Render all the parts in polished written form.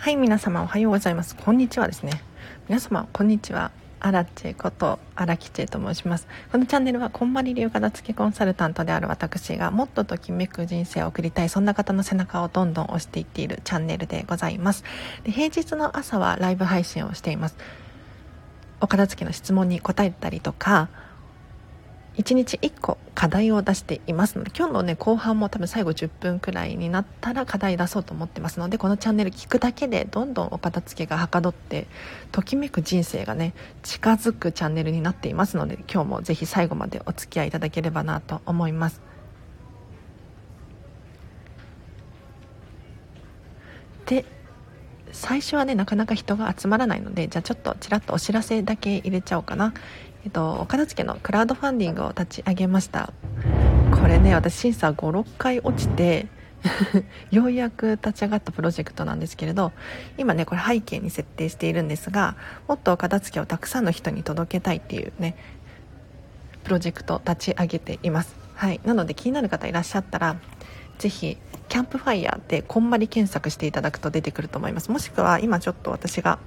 はい、皆様おはようございます。こんにちはですね。皆様こんにちは。アラチェこと荒木チェと申します。このチャンネルはこんまり流片付けコンサルタントである私がもっとときめく人生を送りたい、そんな方の背中をどんどん押していっているチャンネルでございます。で、平日の朝はライブ配信をしています。お片付けの質問に答えたりとか、1日1個課題を出していますので、今日のね後半も多分最後10分くらいになったら課題出そうと思ってますので、このチャンネル聞くだけでどんどんお片付けがはかどってときめく人生がね近づくチャンネルになっていますので、今日もぜひ最後までお付き合いいただければなと思います。で、最初はねなかなか人が集まらないので、じゃあちょっとちらっとお知らせだけ入れちゃおうかな。お片付けのクラウドファンディングを立ち上げました。これね、私審査5、6回落ちてようやく立ち上がったプロジェクトなんですけれど、今ねこれ背景に設定しているんですが、もっとお片付けをたくさんの人に届けたいっていうねプロジェクト立ち上げています。はい、なので気になる方いらっしゃったらぜひキャンプファイヤーでこんまり検索していただくと出てくると思います。もしくは今ちょっと私が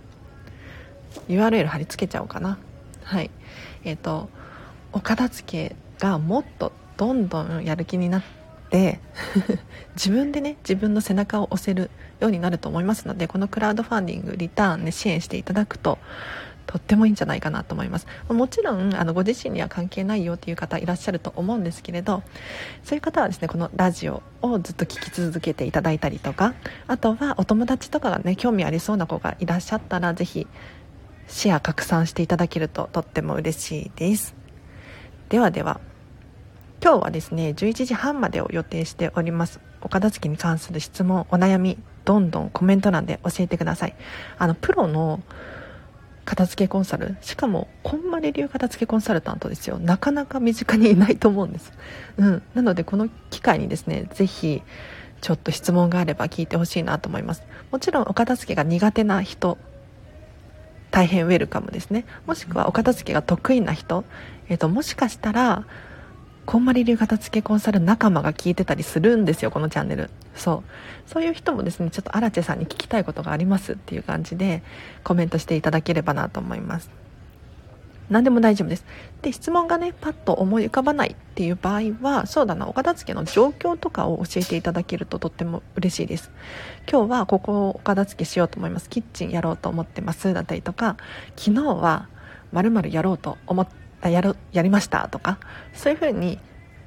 URL 貼り付けちゃおうかな。はい、お片付けがもっとどんどんやる気になって自分でね自分の背中を押せるようになると思いますので、このクラウドファンディングリターンで支援していただくととってもいいんじゃないかなと思います。もちろんご自身には関係ないよっていう方いらっしゃると思うんですけれど、そういう方はですねこのラジオをずっと聞き続けていただいたりとか、あとはお友達とかがね興味ありそうな子がいらっしゃったらぜひシェア拡散していただけるととっても嬉しいです。ではでは、今日はですね11時半までを予定しております。お片付けに関する質問、お悩みどんどんコメント欄で教えてください。プロの片付けコンサル、しかもこんまり流片付けコンサルタントですよ。なかなか身近にいないと思うんです。なのでこの機会にですねぜひちょっと質問があれば聞いてほしいなと思います。もちろんお片付けが苦手な人大変ウェルカムですね。もしくはお片付けが得意な人、もしかしたらこんまり流片付けコンサル仲間が聞いてたりするんですよ、このチャンネル。そういう人もですねちょっとアラチェさんに聞きたいことがありますっていう感じでコメントしていただければなと思います。何でも大丈夫です。で、質問がねパッと思い浮かばないっていう場合は、そうだな、お片付けの状況とかを教えていただけるととっても嬉しいです。今日はここをお片付けしようと思います、キッチンやろうと思ってますだったりとか、昨日は〇〇やろうと思ってやりましたとか、そういう風に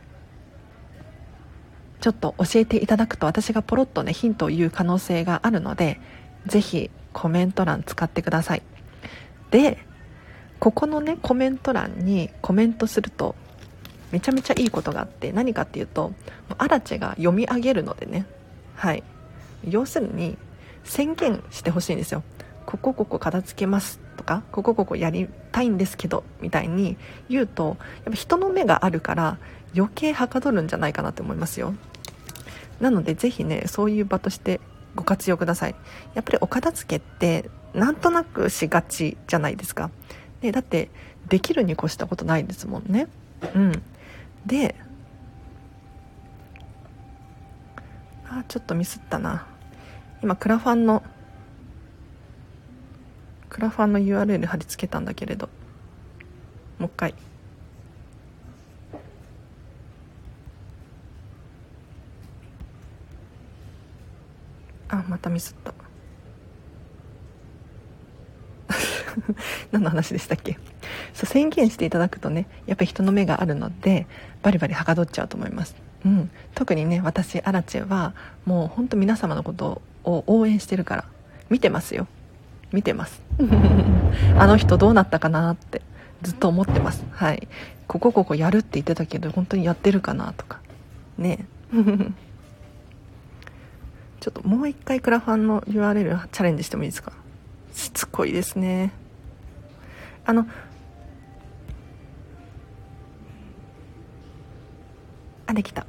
ちょっと教えていただくと私がポロッとねヒントを言う可能性があるので、ぜひコメント欄使ってください。で、ここのねコメント欄にコメントするとめちゃめちゃいいことがあって、何かっていうとアラチェが読み上げるのでね、はい、要するに宣言してほしいんですよ。ここ片付けますとか、ここやりたいんですけどみたいに言うと、やっぱ人の目があるから余計はかどるんじゃないかなと思いますよ。なのでぜひねそういう場としてご活用ください。やっぱりお片付けってなんとなくしがちじゃないですか。で、だってできるに越したことないですもんね。で、ちょっとミスったな。今クラファンの URL 貼り付けたんだけれど、もう一回。またミスった何の話でしたっけ。宣言していただくとねやっぱり人の目があるのでバリバリはかどっちゃうと思います。特にね私アラチェはもう本当皆様のことを応援してるから、見てますよ、見てますあの人どうなったかなってずっと思ってます。はい、ここやるって言ってたけど本当にやってるかなとかねちょっともう一回クラファンの URL チャレンジしてもいいですか。しつこいですね。できた。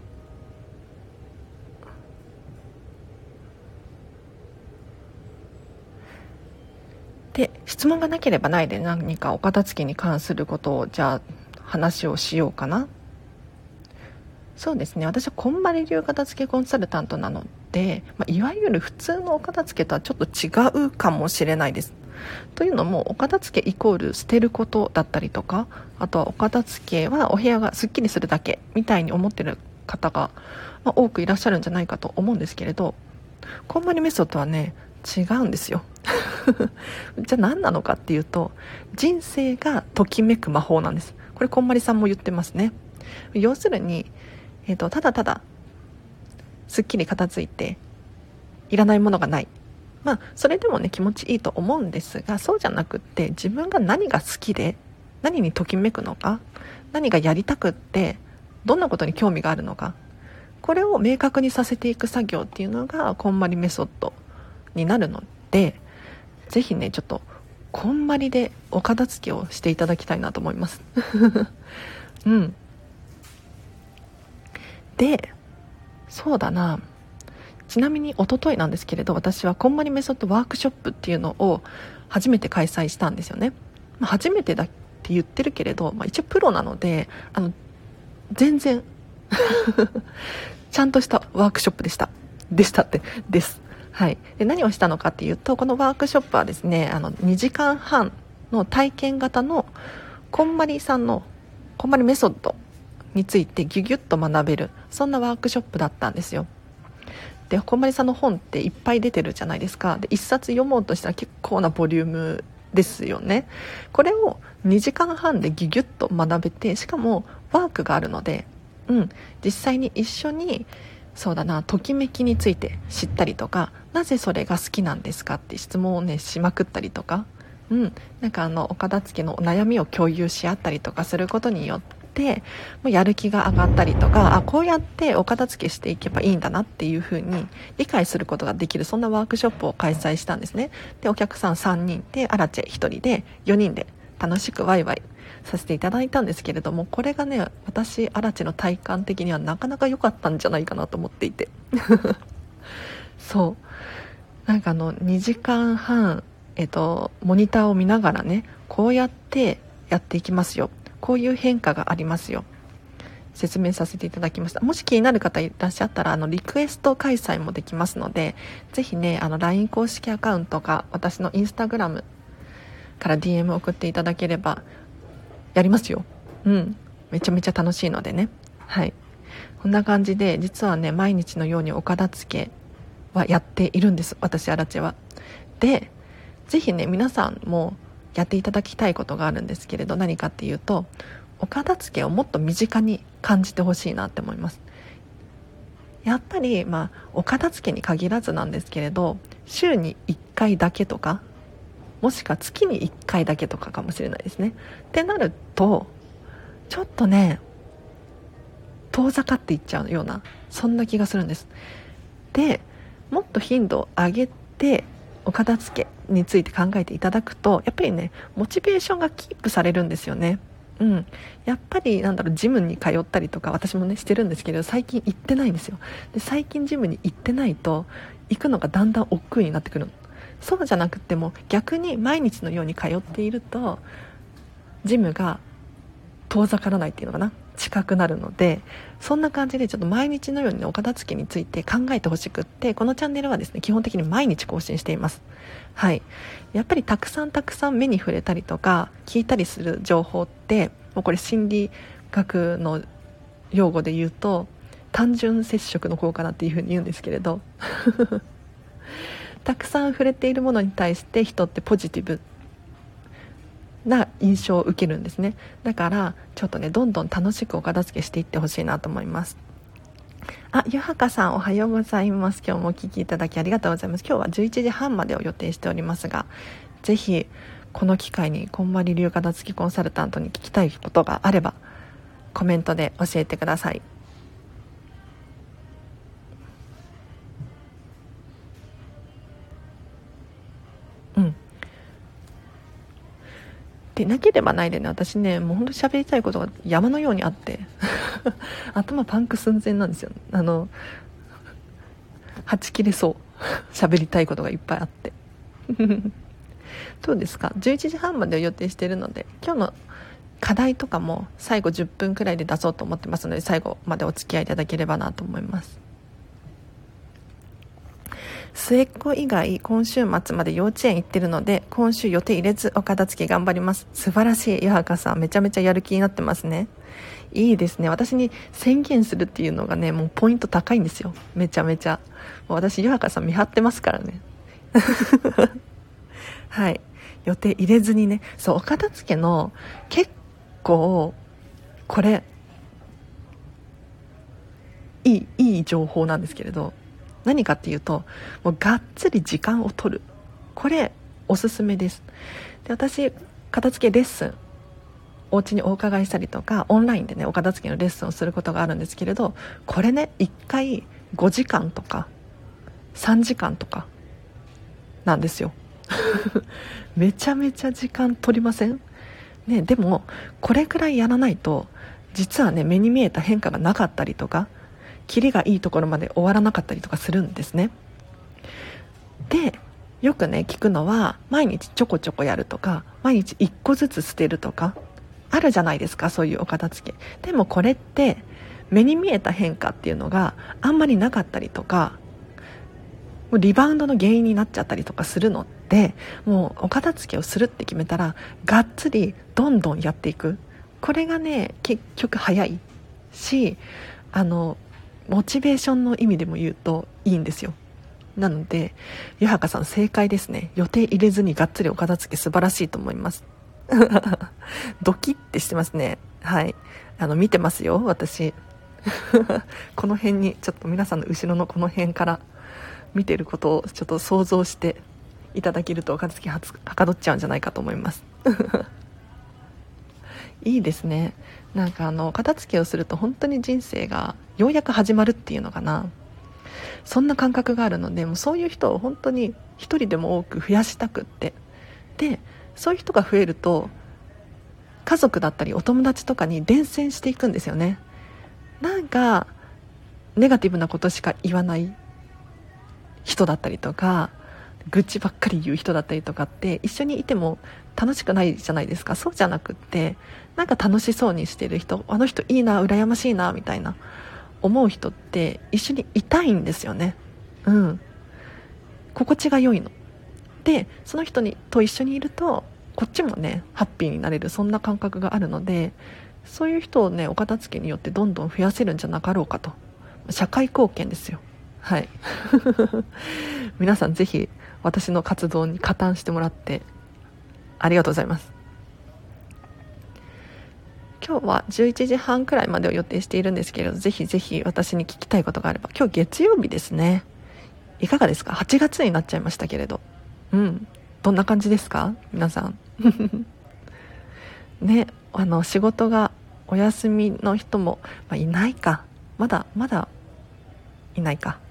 で、質問がなければないで何かお片付けに関することをじゃあ話をしようかな。 そうですね、私はこんまり流片付けコンサルタントなので、いわゆる普通のお片付けとはちょっと違うかもしれないです。というのも、お片付けイコール捨てることだったりとか、あとはお片付けはお部屋がすっきりするだけみたいに思ってる方が、多くいらっしゃるんじゃないかと思うんですけれど、こんまりメソッドはね、違うんですよ。じゃあ何なのかっていうと、人生がときめく魔法なんです。これこんまりさんも言ってますね。要するに、ただただすっきり片付いていらないものがない、それでもね気持ちいいと思うんですが、そうじゃなくって、自分が何が好きで何にときめくのか、何がやりたくってどんなことに興味があるのか、これを明確にさせていく作業っていうのがこんまりメソッドになるので、ぜひねちょっとこんまりでお片付けをしていただきたいなと思います。で、そうだな、ちなみに一昨日なんですけれど、私はこんまりメソッドワークショップっていうのを初めて開催したんですよね。初めてだって言ってるけれど、一応プロなので全然ちゃんとしたワークショップです。はい。で、何をしたのかっていうと、このワークショップはですね、2時間半の体験型のこんまりさんのこんまりメソッドについてギュギュッと学べる、そんなワークショップだったんですよ。で、こんまりさんの本っていっぱい出てるじゃないですか。で、1冊読もうとしたら結構なボリュームですよね。これを2時間半でギュギュッと学べて、しかもワークがあるので、実際に一緒に、そうだな、ときめきについて知ったりとか、なぜそれが好きなんですかって質問をねしまくったりとか、なんかお片付けのお悩みを共有し合ったりとかすることによって、もうやる気が上がったりとか、こうやってお片付けしていけばいいんだなっていう風に理解することができる、そんなワークショップを開催したんですね。で、お客さん3人で、アラチェ1人で、4人で楽しくワイワイさせていただいたんですけれども、これがね、私アラチェの体感的にはなかなか良かったんじゃないかなと思っていてそうなんか2時間半、モニターを見ながらね、こうやってやっていきますよ、こういう変化がありますよ、説明させていただきました。もし気になる方いらっしゃったら、リクエスト開催もできますので、ぜひね、LINE 公式アカウントか私のインスタグラムから DM 送っていただければやりますよ。めちゃめちゃ楽しいのでね。はい。こんな感じで、実はね、毎日のようにお片付けはやっているんです、私アラチェは。で、ぜひね、皆さんもやっていただきたいことがあるんですけれど、何かっていうと、お片付けをもっと身近に感じてほしいなって思います。やっぱりお片付けに限らずなんですけれど、週に1回だけとか、もしくは月に1回だけとかかもしれないですね。ってなると、ちょっとね、遠ざかっていっちゃうような、そんな気がするんです。で、もっと頻度を上げてお片付けについて考えていただくと、やっぱりね、モチベーションがキープされるんですよね。やっぱりジムに通ったりとか、私もねしてるんですけど、最近行ってないんですよ。で、最近ジムに行ってないと行くのがだんだん億劫になってくる。そうじゃなくても、逆に毎日のように通っているとジムが遠ざからないっていうのかな、近くなるので、そんな感じでちょっと毎日のようにお片付けについて考えてほしくって、このチャンネルはですね、基本的に毎日更新しています。はい。やっぱりたくさん目に触れたりとか聞いたりする情報って、もうこれ心理学の用語で言うと単純接触の効果だっていうふうに言うんですけれどたくさん触れているものに対して人ってポジティブな印象を受けるんですね。だからちょっとね、どんどん楽しくお片付けしていってほしいなと思います。ゆはかさん、おはようございます。今日もお聞きいただきありがとうございます。今日は11時半までを予定しておりますが、ぜひこの機会にこんまり流片付きコンサルタントに聞きたいことがあればコメントで教えてください。でなければないでね、私ね、もうほんと喋りたいことが山のようにあって頭パンク寸前なんですよ。はち切れそう喋りたいことがいっぱいあってどうですか、11時半までを予定しているので、今日の課題とかも最後10分くらいで出そうと思ってますので、最後までお付き合いいただければなと思います。末っ子以外今週末まで幼稚園行ってるので、今週予定入れずお片付け頑張ります。素晴らしい。湯はさんめちゃめちゃやる気になってますね。いいですね。私に宣言するっていうのがね、もうポイント高いんですよ。めちゃめちゃ。もう私湯はさん見張ってますからね。はい、予定入れずにね。そう、お片付けの結構これいい情報なんですけれど、何かっていうと、もうがっつり時間を取る、これおすすめです。で、私片付けレッスンお家にお伺いしたりとか、オンラインでねお片付けのレッスンをすることがあるんですけれど、これね1回5時間とか3時間とかなんですよ。めちゃめちゃ時間取りませんね。でもこれくらいやらないと、実はね目に見えた変化がなかったりとか、キリがいいところまで終わらなかったりとかするんですね。で、よくね聞くのは、毎日ちょこちょこやるとか、毎日1個ずつ捨てるとかあるじゃないですか、そういうお片付け。でもこれって目に見えた変化っていうのがあんまりなかったりとか、もうリバウンドの原因になっちゃったりとかするので、もうお片付けをするって決めたらがっつりどんどんやっていく。これがね結局早いし、モチベーションの意味でも言うといいんですよ。なので湯はさん正解ですね。予定入れずにがっつりお片付け素晴らしいと思います。ドキッてしてますね。はい、見てますよ私。この辺にちょっと皆さんの後ろのこの辺から見てることをちょっと想像していただけると、お片付けはかどっちゃうんじゃないかと思います。いいですね。なんか片付けをすると本当に人生がようやく始まるっていうのかな、そんな感覚があるので、もうそういう人を本当に一人でも多く増やしたくって、でそういう人が増えると家族だったりお友達とかに伝染していくんですよね。なんかネガティブなことしか言わない人だったりとか、愚痴ばっかり言う人だったりとかって一緒にいても楽しくないじゃないですか。そうじゃなくって、なんか楽しそうにしてる人、あの人いいな、羨ましいなみたいな思う人って一緒にいたいんですよね。うん、心地が良いので、その人と一緒にいるとこっちもねハッピーになれる、そんな感覚があるので、そういう人をねお片付けによってどんどん増やせるんじゃなかろうかと。社会貢献ですよ。はい。皆さんぜひ私の活動に加担してもらってありがとうございます。今日は11時半くらいまでを予定しているんですけれど、ぜひぜひ私に聞きたいことがあれば。今日月曜日ですね。いかがですか？ 8 月になっちゃいましたけれど、どんな感じですか皆さん。ね、仕事がお休みの人も、いないか、まだいないか。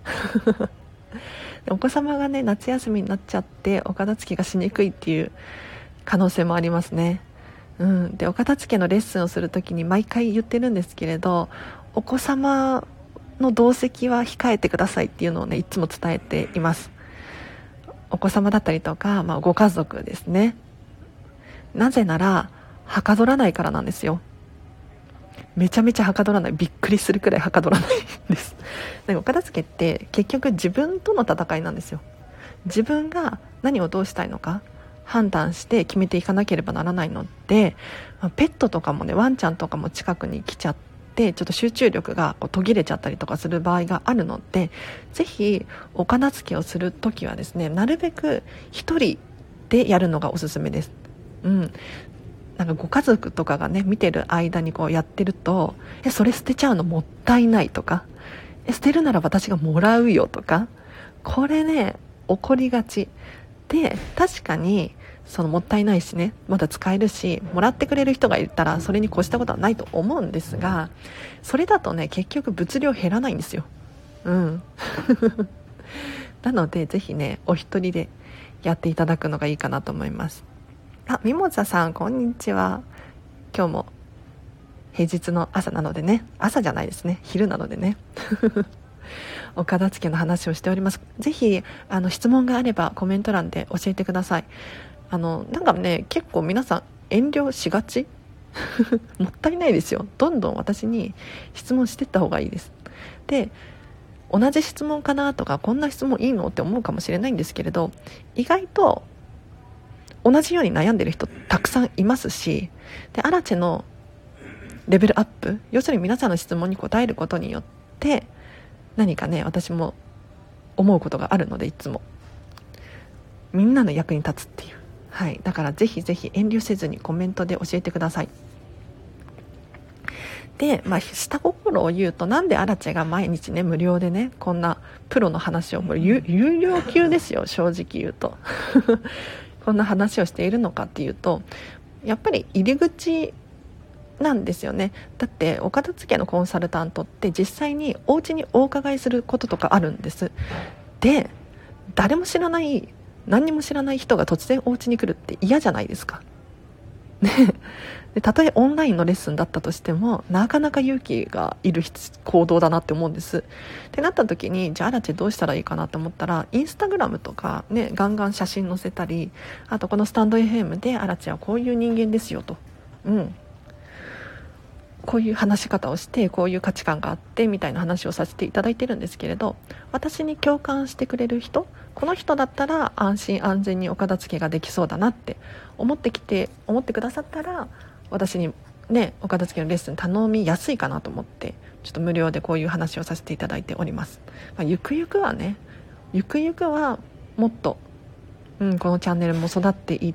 お子様がね夏休みになっちゃってお片付けがしにくいっていう可能性もありますね。でお片付けのレッスンをするときに毎回言ってるんですけれど、お子様の同席は控えてくださいっていうのをねいつも伝えています。お子様だったりとか、ご家族ですね。なぜならはかどらないからなんですよ。めちゃめちゃはかどらない、びっくりするくらいはかどらないんです。なんかお片付けって結局自分との戦いなんですよ。自分が何をどうしたいのか判断して決めていかなければならないので、ペットとかもね、ワンちゃんとかも近くに来ちゃってちょっと集中力が途切れちゃったりとかする場合があるので、ぜひお片付けをするときはですね、なるべく一人でやるのがおすすめです。なんかご家族とかがね見てる間にこうやってると、それ捨てちゃうのもったいないとか、捨てるなら私がもらうよとか、これね起こりがちで、確かにそのもったいないしね、まだ使えるし、もらってくれる人がいたらそれに越したことはないと思うんですが、それだとね結局物量減らないんですよ。なのでぜひねお一人でやっていただくのがいいかなと思います。ミモザさんこんにちは。今日も平日の朝なのでね、朝じゃないですね、昼なのでね。お片付けの話をしております。ぜひ質問があればコメント欄で教えてください。なんかね結構皆さん遠慮しがちもったいないですよ。どんどん私に質問していった方がいいです。で、同じ質問かなとか、こんな質問いいのって思うかもしれないんですけれど、意外と同じように悩んでる人たくさんいますし、でアラチェのレベルアップ、要するに皆さんの質問に答えることによって何かね、私も思うことがあるので、いつもみんなの役に立つっていう、はい、だからぜひぜひ遠慮せずにコメントで教えてください。で、下心を言うと、なんでアラチェが毎日ね無料でねこんなプロの話を、有料級ですよ正直言うとこんな話をしているのかっていうと、やっぱり入り口なんですよね。だってお片付けのコンサルタントって実際にお家にお伺いすることとかあるんです。で、誰も知らない、何にも知らない人が突然お家に来るって嫌じゃないですかね。で、たとえオンラインのレッスンだったとしてもなかなか勇気がいる行動だなって思うんです。ってなった時に、じゃあアラチェどうしたらいいかなと思ったら、インスタグラムとかねガンガン写真載せたり、あとこのスタンド FM でアラチェはこういう人間ですよと、こういう話し方をして、こういう価値観があってみたいな話をさせていただいてるんですけれど、私に共感してくれる人、この人だったら安心安全にお片付けができそうだなって思ってくださったら、私にねお片付けのレッスン頼みやすいかなと思って、ちょっと無料でこういう話をさせていただいております。ゆくゆくはもっと、このチャンネルも育っていって、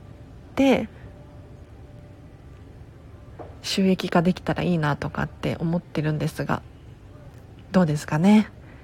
収益化できたらいいなとかって思ってるんですが、どうですかね。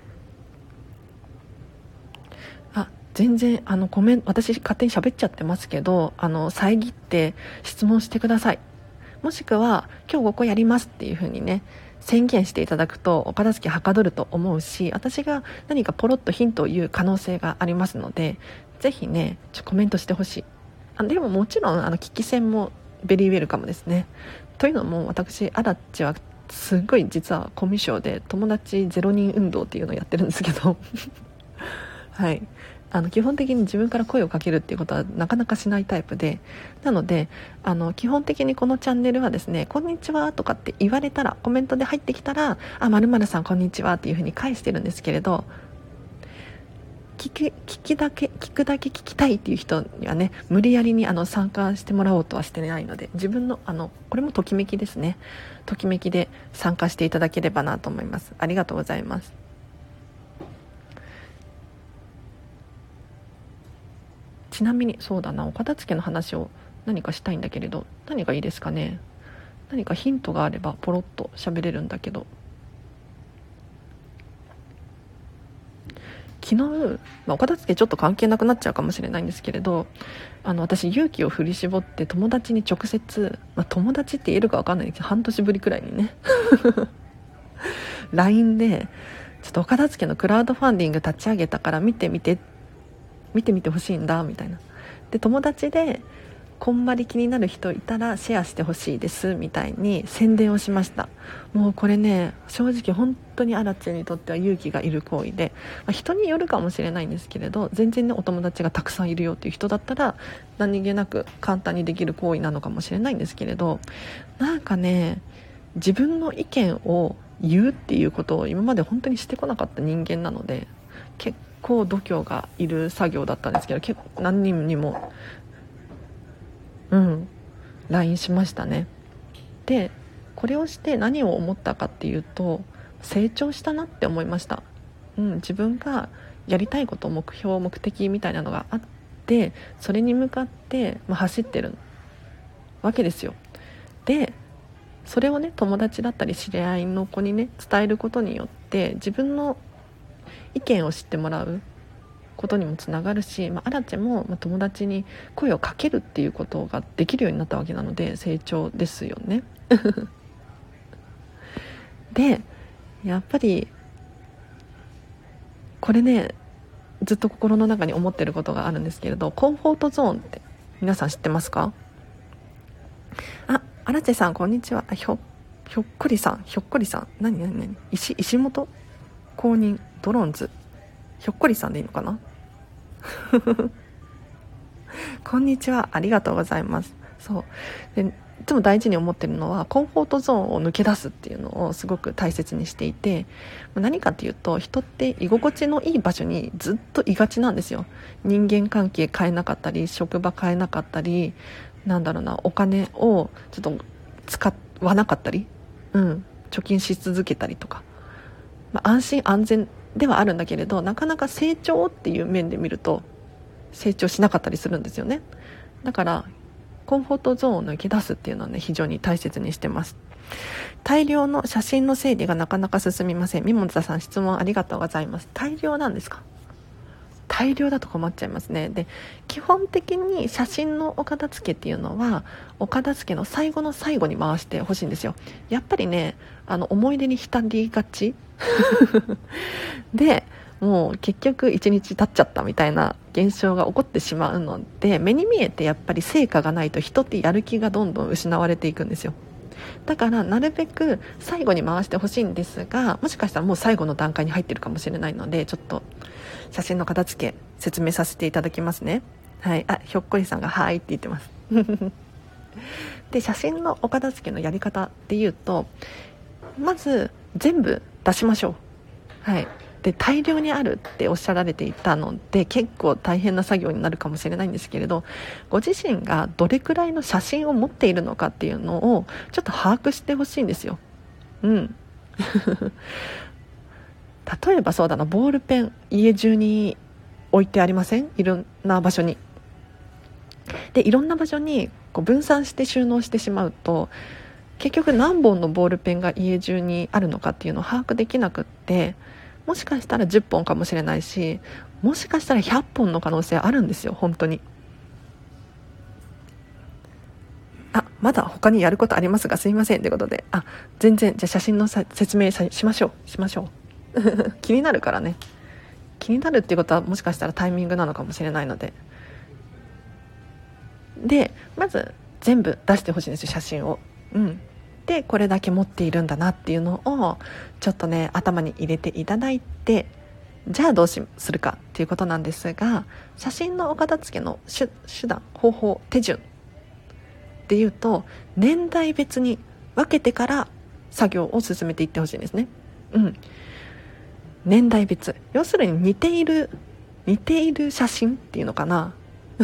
全然私勝手に喋っちゃってますけど、遮って質問してください。もしくは今日ここやりますっていう風にね宣言していただくとお片付けはかどると思うし、私が何かポロッとヒントを言う可能性がありますので、ぜひねコメントしてほしい。でももちろん聞き戦もベリーウェルカムですね。というのも、私アラッチはすごい実はコミュ障で、友達0人運動っていうのをやってるんですけどはい、基本的に自分から声をかけるっていうことはなかなかしないタイプで、なので基本的にこのチャンネルはですね、こんにちはとかって言われたら、コメントで入ってきたら、〇〇さんこんにちはっていう風に返してるんですけれど、聞くだけ聞きたいっていう人にはね、無理やりに参加してもらおうとはしてないので、自分のこれもときめきですね、ときめきで参加していただければなと思います。ありがとうございます。ちなみにそうだな、お片付けの話を何かしたいんだけれど、何がいいですかね。何かヒントがあればポロッと喋れるんだけど、昨日、お片付けちょっと関係なくなっちゃうかもしれないんですけれど、私勇気を振り絞って友達に直接、友達って言えるか分かんないけど半年ぶりくらいにねLINE でちょっとお片付けのクラウドファンディング立ち上げたから見てみてほしいんだみたいな。で、友達でこんまり気になる人いたらシェアしてほしいですみたいに宣伝をしました。もうこれね、正直本当にアラチェにとっては勇気がいる行為で、人によるかもしれないんですけれど、全然ねお友達がたくさんいるよっていう人だったら何気なく簡単にできる行為なのかもしれないんですけれど、なんかね、自分の意見を言うっていうことを今まで本当にしてこなかった人間なので、結構度胸がいる作業だったんですけど、結構何人にもLINE しましたね。で、これをして何を思ったかっていうと、成長したなって思いました。自分がやりたいこと、目標目的みたいなのがあって、それに向かって、走ってるわけですよ。で、それをね友達だったり知り合いの子にね伝えることによって、自分の意見を知ってもらうことにもつながるし、アラチェも友達に声をかけるっていうことができるようになったわけなので、成長ですよねで、やっぱりこれね、ずっと心の中に思ってることがあるんですけれど、コンフォートゾーンって皆さん知ってますか？アラチェさんこんにちは。ひょっこりさん何石本公認ドローンズひょっこりさんでいいのかなこんにちは、ありがとうございます。そうで、 つも大事に思ってるのはコンフォートゾーンを抜け出すっていうのをすごく大切にしていて、何かっていうと人って居心地のいい場所にずっといがちなんですよ。人間関係変えなかったり、職場変えなかったり、お金をちょっと使わなかったり、貯金し続けたりとか、安心安全ではあるんだけれど、なかなか成長っていう面で見ると成長しなかったりするんですよね。だからコンフォートゾーンを抜け出すっていうのはね、非常に大切にしてます。大量の写真の整理がなかなか進みません。ミモザさん、質問ありがとうございます。大量なんですか？大量だと困っちゃいますね。で、基本的に写真のお片付けっていうのはお片付けの最後の最後に回してほしいんですよ。やっぱりね、思い出に浸りがちで、もう結局1日経っちゃったみたいな現象が起こってしまうので、目に見えてやっぱり成果がないと人ってやる気がどんどん失われていくんですよ。だからなるべく最後に回してほしいんですが、もしかしたらもう最後の段階に入ってるかもしれないので、ちょっと写真の片付け説明させていただきますね。はい、ひょっこりさんがはいって言ってますで、写真のお片付けのやり方で言うと、まず全部出しましょう。はい。で、大量にあるっておっしゃられていたので結構大変な作業になるかもしれないんですけれど、ご自身がどれくらいの写真を持っているのかっていうのをちょっと把握してほしいんですよ。例えばそうだな、ボールペン家中に置いてありません？いろんな場所に。で、いろんな場所にこう分散して収納してしまうと、結局何本のボールペンが家中にあるのかっていうのを把握できなくって、もしかしたら10本かもしれないし、もしかしたら100本の可能性あるんですよ、本当に。まだ他にやることありますがすいませんということで、全然、じゃあ写真の説明しましょう気になるからね。気になるっていうことはもしかしたらタイミングなのかもしれないので、まず全部出してほしいんですよ、写真を。で、これだけ持っているんだなっていうのをちょっとね、頭に入れていただいて、じゃあどうするかっていうことなんですが、写真のお片付けの手段、方法、手順っていうと、年代別に分けてから作業を進めていってほしいんですね。年代別、要するに似ている写真っていうのかな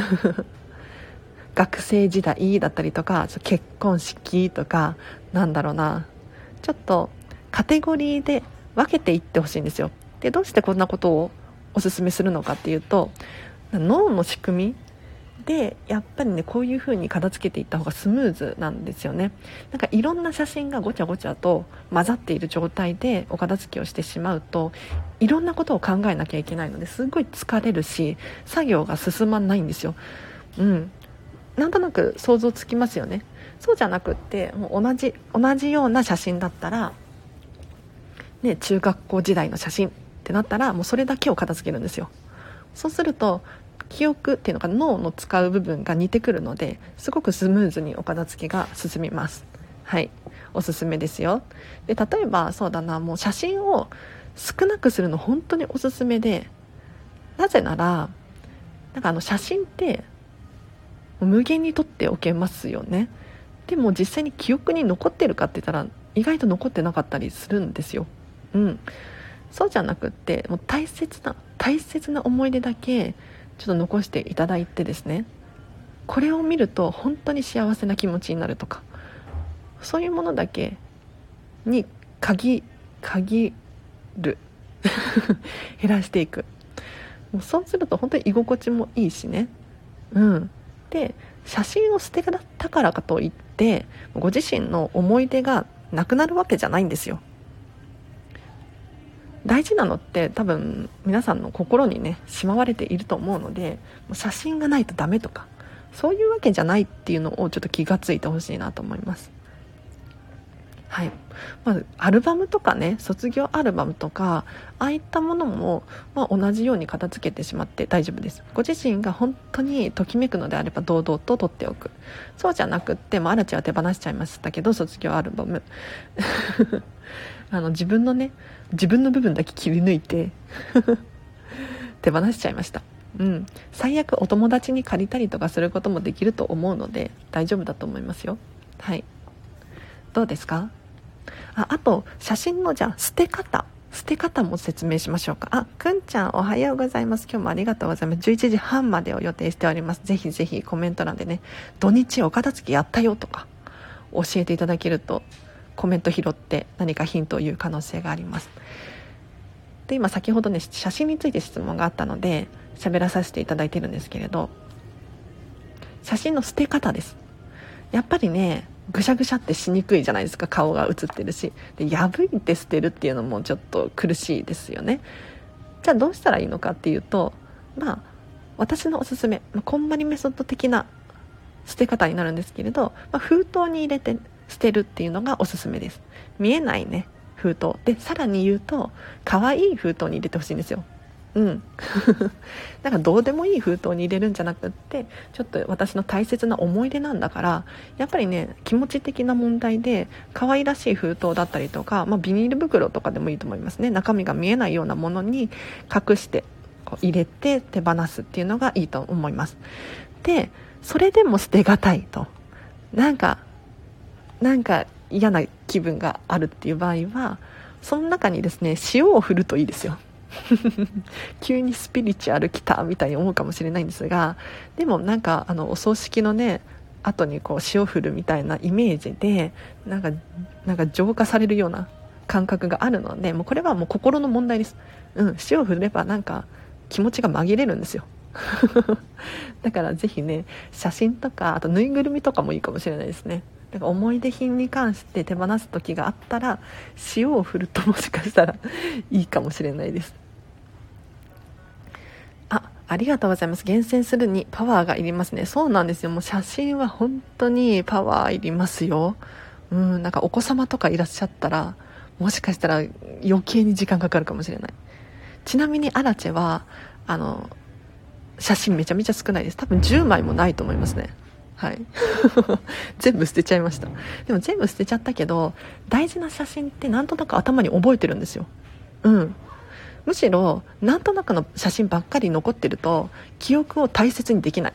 学生時代だったりとか、結婚式とか、ちょっとカテゴリーで分けていってほしいんですよ。で、どうしてこんなことをおすすめするのかっていうと、脳の仕組みでやっぱりね、こういう風に片付けていった方がスムーズなんですよね。いろんな写真がごちゃごちゃと混ざっている状態でお片付けをしてしまうと、いろんなことを考えなきゃいけないので、すごい疲れるし、作業が進まないんですよ。なんとなく想像つきますよね。そうじゃなくって、もう同じような写真だったらね、中学校時代の写真ってなったら、もうそれだけを片付けるんですよ。そうすると記憶っていうのが、脳の使う部分が似てくるので、すごくスムーズにお片付けが進みます。はい、おすすめですよ。で、例えばそうだな、もう写真を少なくするの本当におすすめで、なぜなら写真って無限に撮っておけますよね。でも実際に記憶に残ってるかって言ったら、意外と残ってなかったりするんですよ。そうじゃなくって、もう大切な思い出だけちょっと残していただいてですね、これを見ると本当に幸せな気持ちになるとか、そういうものだけに限る減らしていく。もうそうすると本当に居心地もいいしね。で、写真を捨てたからかといってご自身の思い出がなくなるわけじゃないんですよ。大事なのって多分皆さんの心にね、しまわれていると思うので、もう写真がないとダメとか、そういうわけじゃないっていうのをちょっと気がついてほしいなと思います。はい。アルバムとかね、卒業アルバムとか、ああいったものも、同じように片付けてしまって大丈夫です。ご自身が本当にときめくのであれば堂々と取っておく。そうじゃなくって、アラチは手放しちゃいましたけど、卒業アルバム自分の部分だけ切り抜いて手放しちゃいました。最悪お友達に借りたりとかすることもできると思うので大丈夫だと思いますよ。 はい、どうですか？あと写真のじゃあ捨て方も説明しましょうか。くんちゃんおはようございます。今日もありがとうございます。11時半までを予定しております。ぜひぜひコメント欄でね、土日お片付けやったよとか教えていただけると、コメント拾って何かヒントを言う可能性があります。で、今先ほどね、写真について質問があったので喋らさせていただいてるんですけれど、写真の捨て方です。やっぱりね、ぐしゃぐしゃってしにくいじゃないですか。顔が映ってるし、で破いて捨てるっていうのもちょっと苦しいですよね。じゃあどうしたらいいのかっていうと、私のおすすめ、こんまりメソッド的な捨て方になるんですけれど、封筒に入れて捨てるっていうのがおすすめです。見えないね、封筒で、さらに言うと可愛い封筒に入れてほしいんですよ。なんかどうでもいい封筒に入れるんじゃなくって、ちょっと私の大切な思い出なんだから、やっぱりね、気持ち的な問題で可愛らしい封筒だったりとか、ビニール袋とかでもいいと思いますね。中身が見えないようなものに隠してこう入れて手放すっていうのがいいと思います。で、それでも捨てがたいと、なんか嫌な気分があるっていう場合は、その中にですね、塩を振るといいですよ。急にスピリチュアル来たみたいに思うかもしれないんですが、でもお葬式のね、後にこう塩振るみたいなイメージでなんか浄化されるような感覚があるので、もうこれはもう心の問題です。塩振れば気持ちが紛れるんですよ。だからぜひね、写真とかあとぬいぐるみとかもいいかもしれないですね。だから思い出品に関して手放す時があったら、塩を振るともしかしたらいいかもしれないです。ありがとうございます。厳選するにパワーがいりますね。そうなんですよ。もう写真は本当にパワーいりますよ。お子様とかいらっしゃったら、もしかしたら余計に時間かかるかもしれない。ちなみにアラチェは写真めちゃめちゃ少ないです。多分10枚もないと思いますね。はい。全部捨てちゃいました。でも全部捨てちゃったけど、大事な写真ってなんとなく頭に覚えてるんですよ。むしろなんとなくの写真ばっかり残ってると記憶を大切にできない。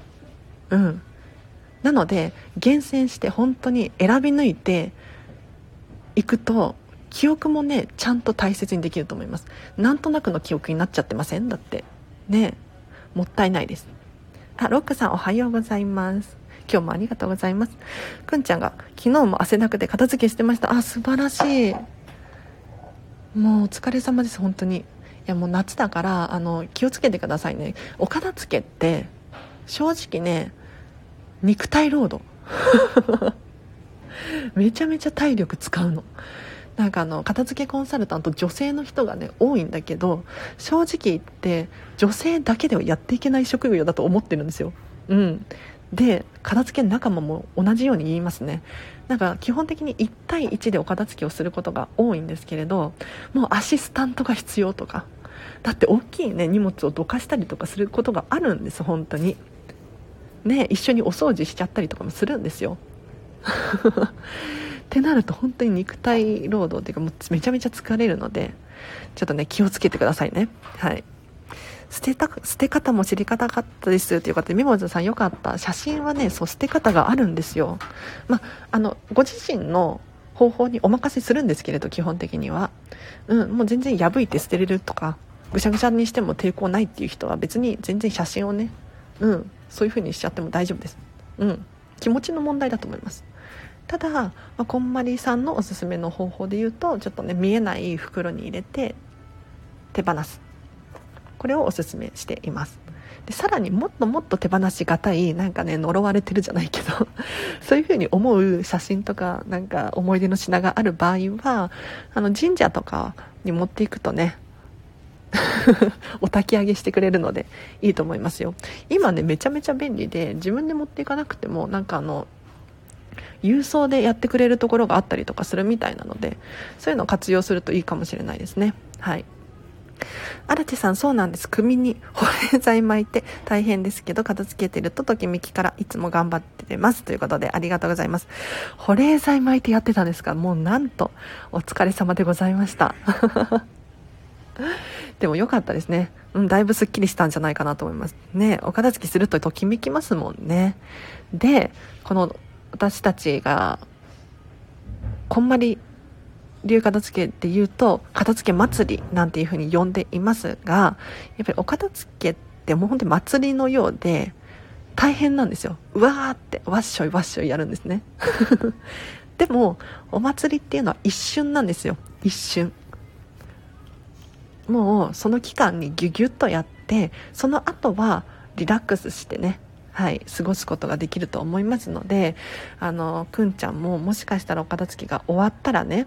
なので厳選して本当に選び抜いていくと、記憶もね、ちゃんと大切にできると思います。なんとなくの記憶になっちゃってません？だってね、もったいないです。ロックさんおはようございます。今日もありがとうございます。くんちゃんが昨日も汗だくで片付けしてました。素晴らしい。もうお疲れ様です。本当に。いや、もう夏だから気をつけてくださいね。お片付けって正直ね、肉体労働めちゃめちゃ体力使うの。片付けコンサルタント女性の人がね多いんだけど、正直言って女性だけではやっていけない職業だと思ってるんですよ。で、片付け仲間も同じように言いますね。基本的に1対1でお片付けをすることが多いんですけれど、もうアシスタントが必要とか、だって大きいね荷物をどかしたりとかすることがあるんです。本当にね、一緒にお掃除しちゃったりとかもするんですよ。ってなると本当に肉体労働っていうか、もうめちゃめちゃ疲れるので、ちょっとね気をつけてくださいね。はい。捨て方も知り方かったですという方で、ミモズさんよかった。写真はね、捨て方があるんですよ。ご自身の方法にお任せするんですけれど、基本的にはもう全然破いて捨てれるとか、ぐしゃぐしゃにしても抵抗ないっていう人は別に全然写真をね、そういう風にしちゃっても大丈夫です。気持ちの問題だと思います。ただ、こんまりさんのおすすめの方法で言うと、ちょっとね見えない袋に入れて手放す、これをおすすめしています。でさらにもっともっと手放しがたい、呪われてるじゃないけどそういう風に思う写真とか思い出の品がある場合は、神社とかに持っていくとねお焚き上げしてくれるのでいいと思いますよ。今ねめちゃめちゃ便利で、自分で持っていかなくても郵送でやってくれるところがあったりとかするみたいなので、そういうのを活用するといいかもしれないですね。はい。荒地さん、そうなんです。首に保冷剤巻いて大変ですけど、片付けてるとときめきからいつも頑張ってますということで、ありがとうございます。保冷剤巻いてやってたんですか？もうなんとお疲れ様でございましたでも良かったですね。だいぶすっきりしたんじゃないかなと思いますね。お片付けするとときめきますもんね。で、この私たちがこんまり流片付けで言うと片付け祭りなんていう風に呼んでいますが、やっぱりお片付けってもう本当に祭りのようで大変なんですよ。うわーってわっしょいわっしょいやるんですねでもお祭りっていうのは一瞬なんですよ。一瞬、もうその期間にギュギュッとやって、その後はリラックスしてね、はい、過ごすことができると思いますので、くんちゃんももしかしたらお片付けが終わったらね、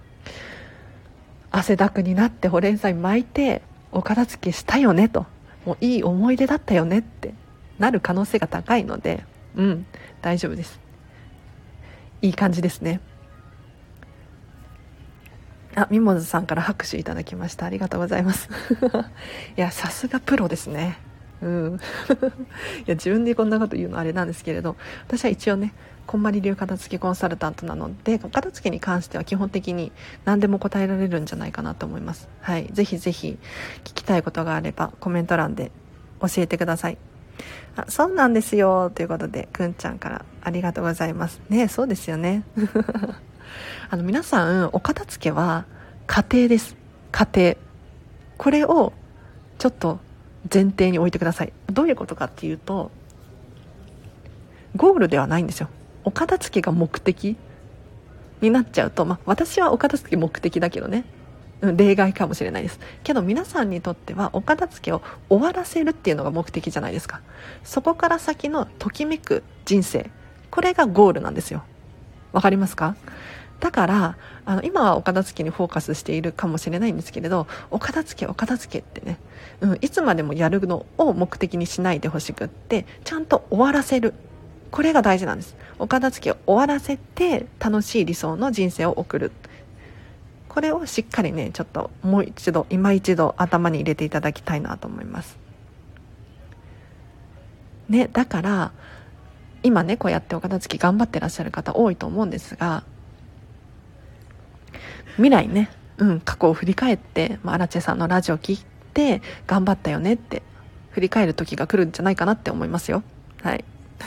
汗だくになって保冷剤巻いてお片付けしたよねと、もういい思い出だったよねってなる可能性が高いので、大丈夫です。いい感じですね。ミモズさんから拍手いただきました。ありがとうございますいや、さすがプロですね。いや、自分でこんなこと言うのあれなんですけれど、私は一応ね、こんまり流片付けコンサルタントなので、片付けに関しては基本的に何でも答えられるんじゃないかなと思います。はい、ぜひぜひ聞きたいことがあればコメント欄で教えてください。そうなんですよということで、くんちゃんからありがとうございますね。そうですよね皆さん、お片付けは家庭です。家庭、これをちょっと前提に置いてください。どういうことかっていうと、ゴールではないんですよ。お片付けが目的になっちゃうと、私はお片付け目的だけどね、例外かもしれないですけど、皆さんにとってはお片付けを終わらせるっていうのが目的じゃないですか。そこから先のときめく人生、これがゴールなんですよ。わかりますか？だから今はお片付けにフォーカスしているかもしれないんですけれど、お片付けってね、いつまでもやるのを目的にしないでほしくって、ちゃんと終わらせる、これが大事なんです。お片付けを終わらせて楽しい理想の人生を送る、これをしっかりね、ちょっともう一度今一度頭に入れていただきたいなと思いますね。だから今ね、こうやってお片付け頑張ってらっしゃる方多いと思うんですが、未来ね、過去を振り返って、アラチェさんのラジオ聞いて頑張ったよねって振り返る時が来るんじゃないかなって思いますよ。はい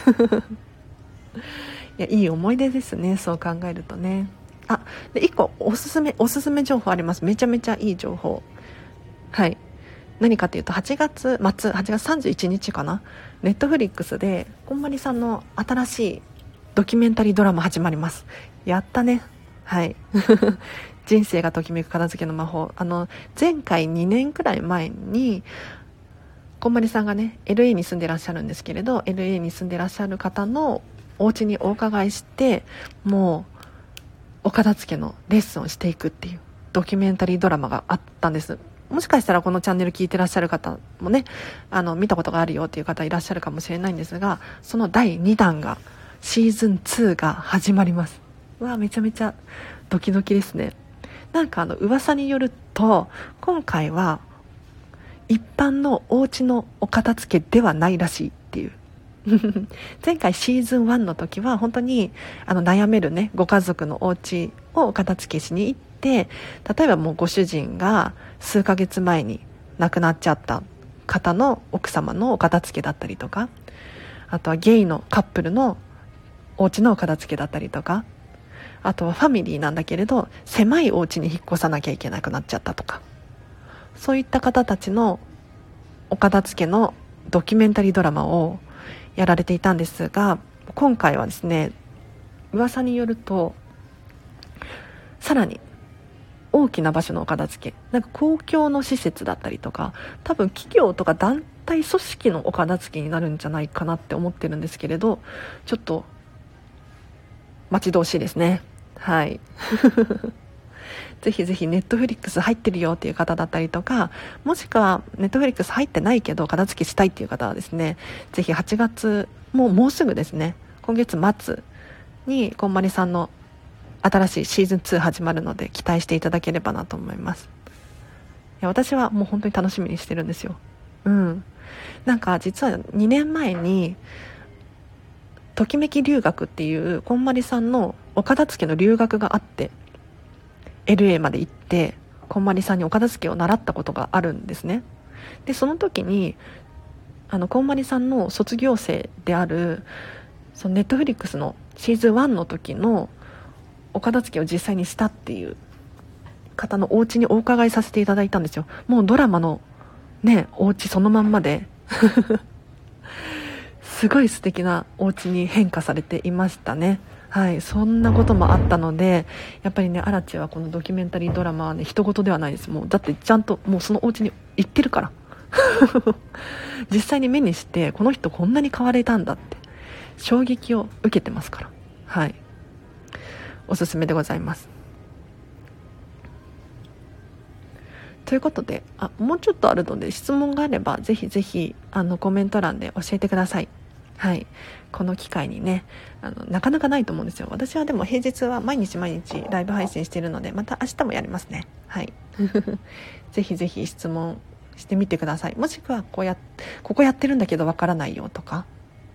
いや、いい思い出ですね、そう考えるとね。で1個おすすめ情報あります。めちゃめちゃいい情報。はい、何かっていうと、8月末、8月31日かな、ネットフリックスでこんまりさんの新しいドキュメンタリードラマ始まります。やったね。はい人生がときめく片付けの魔法。前回2年くらい前にこんまりさんがね LA に住んでらっしゃるんですけれど、 LA に住んでらっしゃる方のお家にお伺いして、もうお片付けのレッスンをしていくっていうドキュメンタリードラマがあったんです。もしかしたらこのチャンネル聞いてらっしゃる方もね、見たことがあるよっていう方いらっしゃるかもしれないんですが、その第2弾がシーズン2が始まります。めちゃめちゃドキドキですね。なんか噂によると、今回は一般のお家のお片付けではないらしいっていう前回シーズン1の時は本当に悩めるねご家族のお家をお片付けしに行って、例えばもうご主人が数ヶ月前に亡くなっちゃった方の奥様のお片付けだったりとか、あとはゲイのカップルのお家のお片付けだったりとか、あとはファミリーなんだけれど狭いお家に引っ越さなきゃいけなくなっちゃったとか、そういった方たちのお片付けのドキュメンタリードラマをやられていたんですが、今回はですね、噂によるとさらに大きな場所のお片付け、なんか公共の施設だったりとか、多分企業とか団体組織のお片付けになるんじゃないかなって思ってるんですけれど、ちょっと待ち遠しいですね。はいぜひぜひネットフリックス入ってるよっていう方だったりとか、もしくはネットフリックス入ってないけど片付けしたいっていう方はですね、ぜひ8月もうすぐですね、今月末にこんまりさんの新しいシーズン2始まるので期待していただければなと思います。いや、私はもう本当に楽しみにしてるんですよ。なんか実は2年前にときめき留学っていうこんまりさんのお片付けの留学があって、 LA まで行ってこんまりさんにお片付けを習ったことがあるんですね。でその時にこんまりさんの卒業生であるそのネットフリックスのシーズン1の時のお片付けを実際にしたっていう方のお家にお伺いさせていただいたんですよ。もうドラマのね、お家そのまんまですごい素敵なお家に変化されていましたね。はい、そんなこともあったので、やっぱりね、アラチはこのドキュメンタリードラマはね、人事ではないです。もうだってちゃんともうそのお家に行ってるから実際に目にして、この人こんなに変われたんだって衝撃を受けてますから、はい、おすすめでございます。ということで、もうちょっとあるので、質問があればぜひぜひコメント欄で教えてください。はい、この機会にね、なかなかないと思うんですよ。私はでも平日は毎日毎日ライブ配信しているので、また明日もやりますね。はいぜひぜひ質問してみてください。もしくはここやってるんだけどわからないよとか、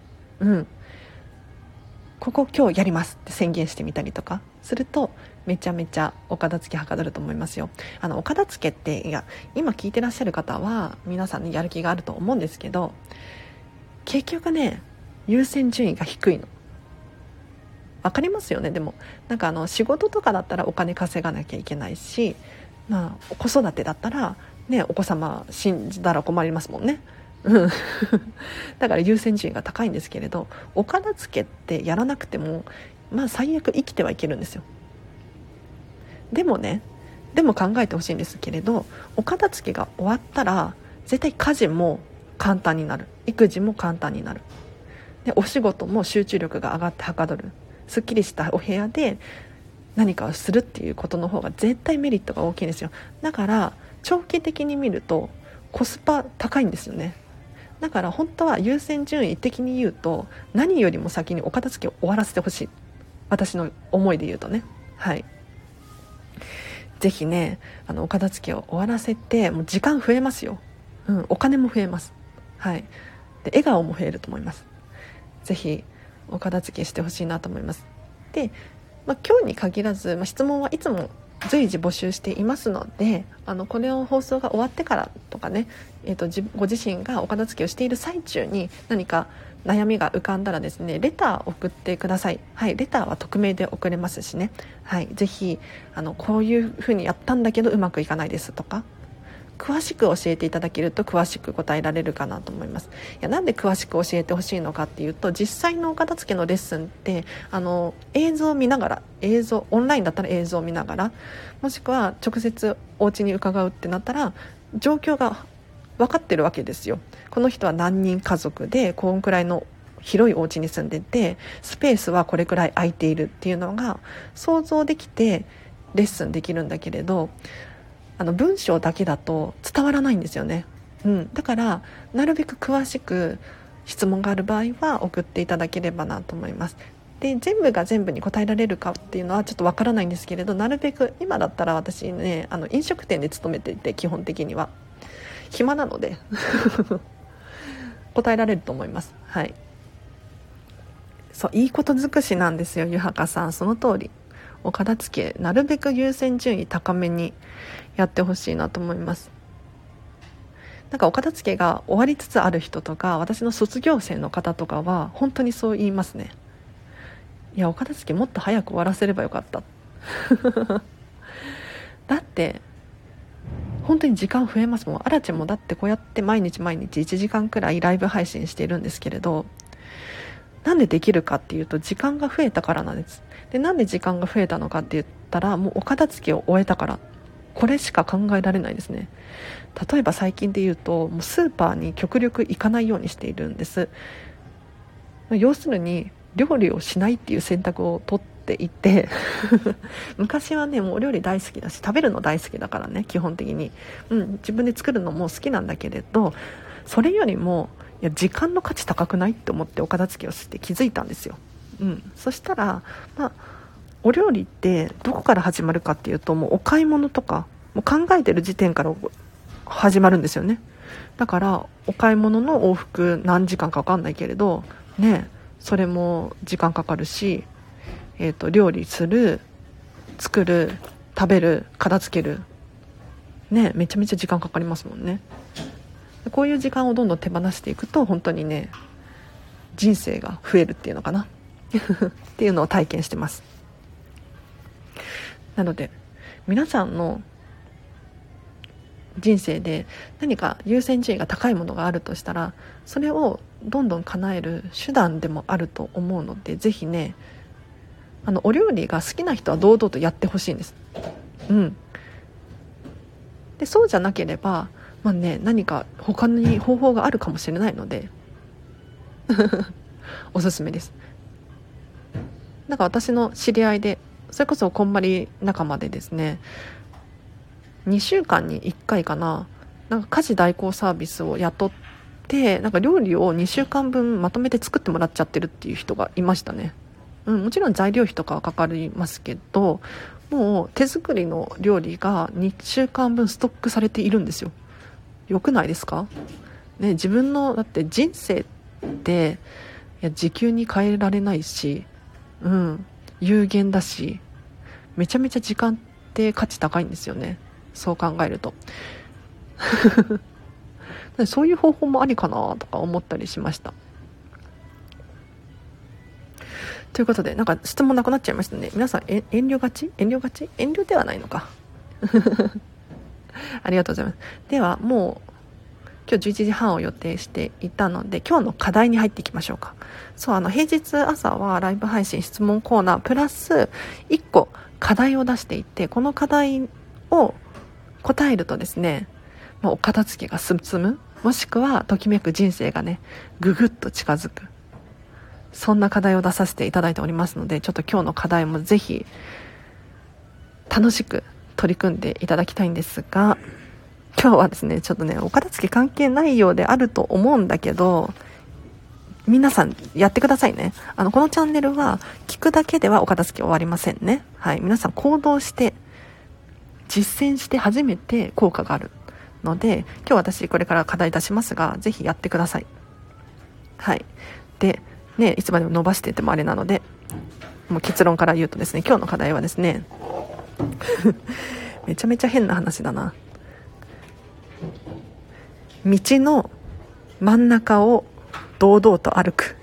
ここ今日やりますって宣言してみたりとかすると、めちゃめちゃお片付けはかどると思いますよ。お片付けって、今聞いてらっしゃる方は皆さんにやる気があると思うんですけど、結局ね、優先順位が低いの分かりますよね。でもなんか仕事とかだったらお金稼がなきゃいけないし、子育てだったらね、お子様死んだら困りますもんね。だから優先順位が高いんですけれど、お片付けってやらなくても最悪生きてはいけるんですよ。でも考えてほしいんですけれど、お片付けが終わったら絶対家事も簡単になる、育児も簡単になる、でお仕事も集中力が上がってはかどる、すっきりしたお部屋で何かをするっていうことの方が絶対メリットが大きいんですよ。だから長期的に見るとコスパ高いんですよね。だから本当は優先順位的に言うと、何よりも先にお片付けを終わらせてほしい、私の思いで言うとね。はい、ぜひね、お片付けを終わらせて、もう時間増えますよ。お金も増えます。はい、で笑顔も増えると思います。ぜひお片付けしてほしいなと思います。で、今日に限らず、質問はいつも随時募集していますので、これを放送が終わってからとかね、ご自身がお片付けをしている最中に何か悩みが浮かんだらですね、レターを送ってください。はい、レターは匿名で送れますしね。はい、ぜひこういう風にやったんだけどうまくいかないですとか、詳しく教えていただけると詳しく答えられるかなと思います。なんで詳しく教えてほしいのかっていうと、実際のお片付けのレッスンって映像を見ながら、オンラインだったら映像を見ながら、もしくは直接お家に伺うってなったら状況が分かってるわけですよ。この人は何人家族でこんくらいの広いお家に住んでて、スペースはこれくらい空いているっていうのが想像できてレッスンできるんだけれど、文章だけだと伝わらないんですよね。だからなるべく詳しく質問がある場合は送っていただければなと思います。で、全部が全部に答えられるかっていうのはちょっとわからないんですけれど、なるべく、今だったら私ね、飲食店で勤めていて、基本的には暇なので答えられると思います。はい、そう、いいこと尽くしなんですよ、ゆはかさん。その通り。お片付けなるべく優先順位高めにやってほしいなと思います。なんかお片付けが終わりつつある人とか、私の卒業生の方とかは本当にそう言いますね。いや、お片付けもっと早く終わらせればよかっただって本当に時間増えますもん。あらちゃんもだってこうやって毎日毎日1時間くらいライブ配信しているんですけれど、なんでできるかっていうと、時間が増えたからなんです。で、なんで時間が増えたのかって言ったら、もうお片付けを終えたから、これしか考えられないですね。例えば最近で言うと、もうスーパーに極力行かないようにしているんです。要するに料理をしないっていう選択を取っていて昔はね、もうお料理大好きだし、食べるの大好きだからね、基本的に、自分で作るのも好きなんだけれど、それよりも時間の価値高くないって思ってお片付けをして気づいたんですよ。そしたら、お料理ってどこから始まるかっていうと、もうお買い物とかもう考えてる時点から始まるんですよね。だからお買い物の往復何時間か分かんないけれどね、それも時間かかるし、料理する、作る、食べる、片付けるね、めちゃめちゃ時間かかりますもんね。こういう時間をどんどん手放していくと、本当にね、 人生が増えるっていうのかなっていうのを体験してます。なので皆さんの人生で何か優先順位が高いものがあるとしたら、それをどんどん叶える手段でもあると思うので、ぜひね、お料理が好きな人は堂々とやってほしいんです。でそうじゃなければ、何か他に方法があるかもしれないのでおすすめです。なんか私の知り合いで、それこそこんまり仲間でですね、2週間に1回かな、なんか家事代行サービスを雇って、なんか料理を2週間分まとめて作ってもらっちゃってるっていう人がいましたね。もちろん材料費とかはかかりますけど、もう手作りの料理が2週間分ストックされているんですよ。よくないですかね。自分のだって人生って時給に変えられないし、有限だし、めちゃめちゃ時間って価値高いんですよね、そう考えるとそういう方法もありかなとか思ったりしました。ということで、なんか質問なくなっちゃいましたね。皆さん遠慮がち遠慮ではないのかありがとうございます。ではもう今日11時半を予定していたので、今日の課題に入っていきましょうか。そう、平日朝はライブ配信質問コーナープラス1個課題を出していて、この課題を答えるとですね、お片付けが進む、もしくはときめく人生がね、ぐぐっと近づく、そんな課題を出させていただいておりますので、ちょっと今日の課題もぜひ楽しく取り組んでいただきたいんですが、今日はですね、ちょっとね、お片付け関係ないようであると思うんだけど、皆さんやってくださいね。このチャンネルは聞くだけではお片付け終わりませんね。はい、皆さん行動して実践して初めて効果があるので、今日私これから課題出しますが、ぜひやってください。はい。でね、いつまでも伸ばしててもあれなので、もう結論から言うとですね、今日の課題はですねめちゃめちゃ変な話だな。道の真ん中を堂々と歩く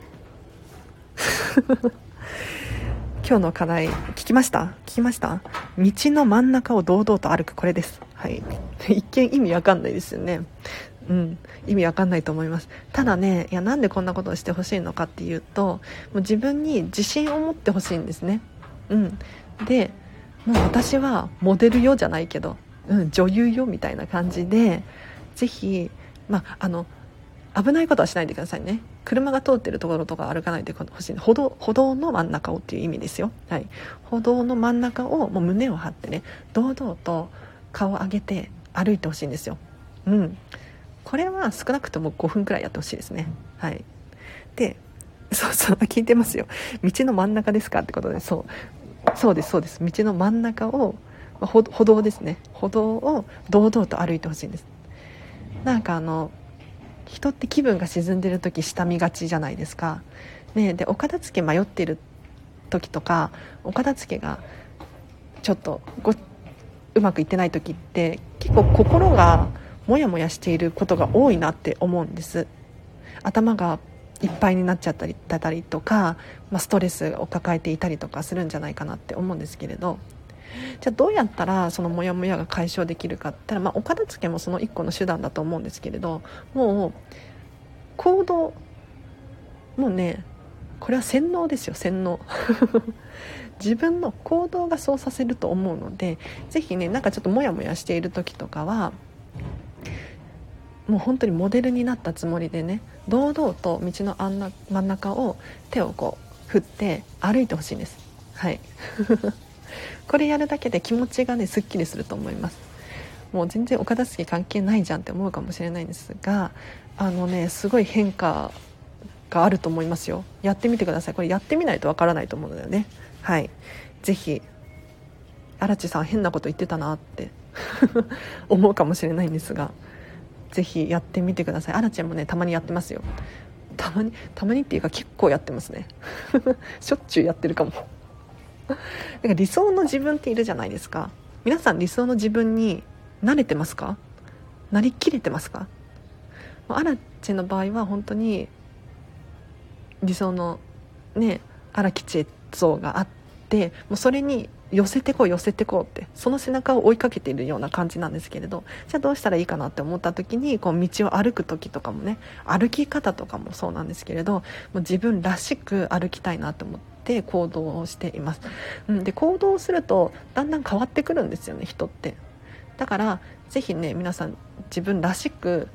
今日の課題聞きました？道の真ん中を堂々と歩く、これです。はい。一見意味わかんないですよね。意味わかんないと思います。ただね、なんでこんなことをしてほしいのかっていうと、もう自分に自信を持ってほしいんですね。で、もう私はモデルよじゃないけど、女優よみたいな感じで、ぜひ危ないことはしないでくださいね。車が通ってるところとか歩かないでほしい。歩道の真ん中をっていう意味ですよ。はい。歩道の真ん中をもう胸を張ってね、堂々と顔を上げて歩いてほしいんですよ。これは少なくとも5分くらいやってほしいですね。はい。で、そう聞いてますよ。道の真ん中ですかってことで、そうです。道の真ん中を、歩道ですね。歩道を堂々と歩いてほしいんです。なんか人って気分が沈んでる時下見がちじゃないですか、ね。でお片付け迷ってる時とか、お片付けがちょっとうまくいってない時って、結構心がモヤモヤしていることが多いなって思うんです。頭がいっぱいになっちゃったりとか、ストレスを抱えていたりとかするんじゃないかなって思うんですけれど、じゃあどうやったらそのモヤモヤが解消できるかって言ったら、お片付けもその一個の手段だと思うんですけれど、もう行動、もうね、これは洗脳ですよ、洗脳自分の行動がそうさせると思うので、ぜひね、なんかちょっとモヤモヤしている時とかは、もう本当にモデルになったつもりでね、堂々と道の真ん中を手をこう振って歩いてほしいんです。はいこれやるだけで気持ちがね、すっきりすると思います。もう全然お片付け関係ないじゃんって思うかもしれないんですが、すごい変化があると思いますよ。やってみてください。これやってみないとわからないと思うのでね。はい。ぜひ、荒地さん変なこと言ってたなって思うかもしれないんですが、ぜひやってみてください。荒地もね、たまにやってますよ。たまにっていうか結構やってますねしょっちゅうやってるかもなんか理想の自分っているじゃないですか。皆さん理想の自分に慣れてますか？なりきれてますか？アラチェの場合は本当に理想のね荒木千恵像があって、もうそれに寄せてこう寄せてこうって、その背中を追いかけているような感じなんですけれど、じゃあどうしたらいいかなって思った時に、こう道を歩く時とかもね、歩き方とかもそうなんですけれど、もう自分らしく歩きたいなと思って行動をしています。で行動するとだんだん変わってくるんですよね、人って。だからぜひね皆さん自分らしく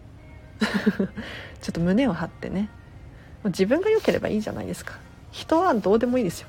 ちょっと胸を張ってね、自分が良ければいいじゃないですか。人はどうでもいいですよ。